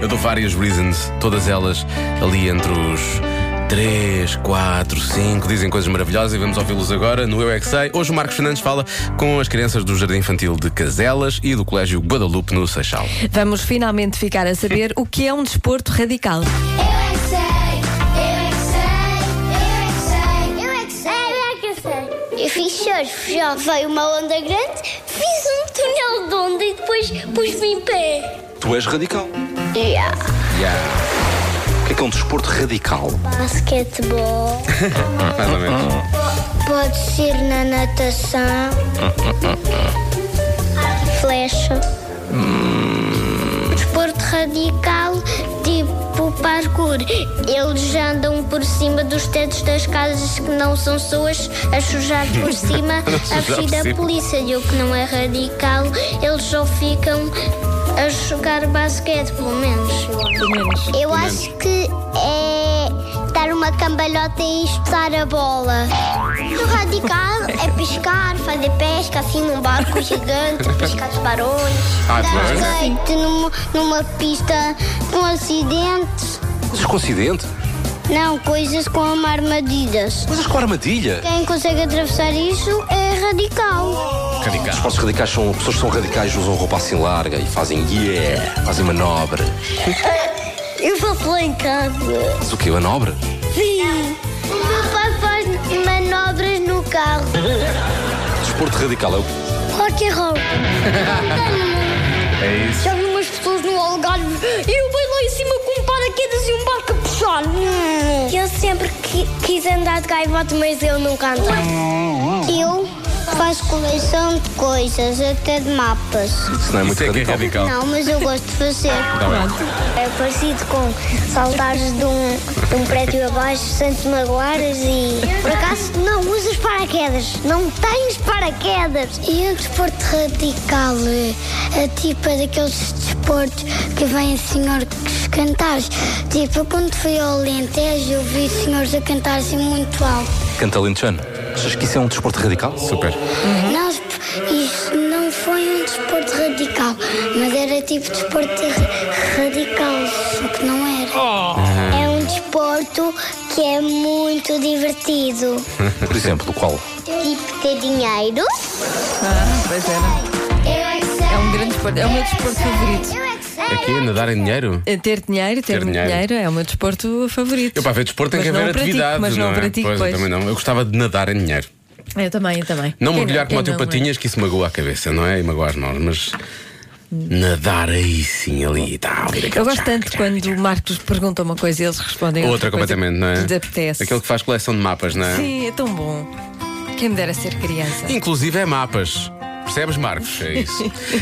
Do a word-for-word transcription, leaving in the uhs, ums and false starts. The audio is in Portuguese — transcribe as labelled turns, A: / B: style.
A: Eu dou várias reasons, todas elas ali entre os três, quatro, cinco, dizem coisas maravilhosas e vamos ouvi-los agora no Eu É Que Sei. Hoje o Marcos Fernandes fala com as crianças do Jardim Infantil de Caselas e do Colégio Guadalupe no Seixal.
B: Vamos finalmente ficar a saber o que é um desporto radical.
C: Eu é que sei, eu é que sei, eu é que sei, eu é que sei, eu é que sei. Eu fiz surf, já veio uma onda grande, fiz um túnel de onda e depois pus-me em pé.
D: Tu és radical.
C: Yeah.
A: Yeah.
D: O que é que é um desporto radical?
C: Basquetebol,
A: Mais ou menos.
C: pode ser na natação, flecha. Desporto radical, tipo parkour. Eles andam por cima dos tetos das casas que não são suas, a sujar por cima, a
A: sujar
C: fugir
A: por
C: da
A: cima.
C: polícia. E o que não é radical, eles só ficam a jogar basquete, pelo menos.
B: Pelo menos.
C: Eu acho que é dar uma cambalhota e espetar a bola. O radical é pescar, fazer pesca assim num barco gigante, pescar tubarões.
A: Ah,
C: Dar
A: tubarões?
C: skate numa, numa pista com acidentes.
D: Coisas com acidente?
C: Não, coisas com armadilhas.
D: Coisas com armadilha?
C: Quem consegue atravessar isso é radical.
D: Os
A: Radical.
D: esportes radicais são pessoas que são radicais, usam roupa assim larga e fazem yeah, fazem manobras.
C: Eu faço lá em casa.
D: Mas o quê? Manobras?
C: Sim. O meu pai faz manobras no carro.
D: Desporto radical é o quê?
C: Rock and roll.
A: É isso.
C: Já vi umas pessoas no Algarve e eu venho lá em cima com um paraquedas e um barco a puxar. Eu sempre qui- quis andar de gaivota, mas eu nunca andei. Eu faço coleção de coisas, até de mapas.
D: Isso não é muito
A: Isso é que é
D: radical.
A: radical.
C: Não, mas eu gosto de fazer.
A: Tá bem.
C: É parecido com saltares de um, de um prédio abaixo sem te magoares e... Por acaso não usas paraquedas, não tens paraquedas. E o desporto radical é, é tipo é daqueles desportos que vêm senhores cantar. Tipo, eu quando fui ao Alentejo eu vi senhores a cantar assim muito alto.
D: Canta lentejano. Achas que isso é um desporto radical?
A: Super.
C: Não, isso não foi um desporto radical, mas era tipo desporto ra- radical, só que não era. É um desporto que é muito divertido.
D: Por exemplo, qual?
C: Tipo ter dinheiro.
B: Ah, pois era.
C: Eu é que sei.
B: É um grande desporto. É o meu desporto favorito.
C: Eu é que sei.
A: Aqui, nadar em dinheiro?
B: É ter dinheiro, ter,
A: Ter
B: muito
A: dinheiro.
B: dinheiro é o meu desporto favorito.
A: Eu para ver desporto tem
B: Mas
A: que haver
B: não pratico,
A: atividade,
B: mas não
A: não é?
B: pratico,
A: Pois, eu
B: pois.
A: também não. Eu gostava de nadar em dinheiro.
B: Eu também, eu também.
A: Não
B: Quem
A: mergulhar como o
B: quem
A: teu
B: não,
A: patinhas, que isso magoa a cabeça, não é? E magoa as nós, mas nadar aí sim, ali e tal.
B: Eu gosto tanto quando o Marcos pergunta uma coisa e eles respondem
A: Outra
B: coisa
A: completamente, não é?
B: que lhes apetece.
A: Aquele que faz coleção de mapas, não é?
B: Sim, é tão bom. Quem me dera ser criança.
A: Inclusive é mapas. Percebes, Marcos? É isso.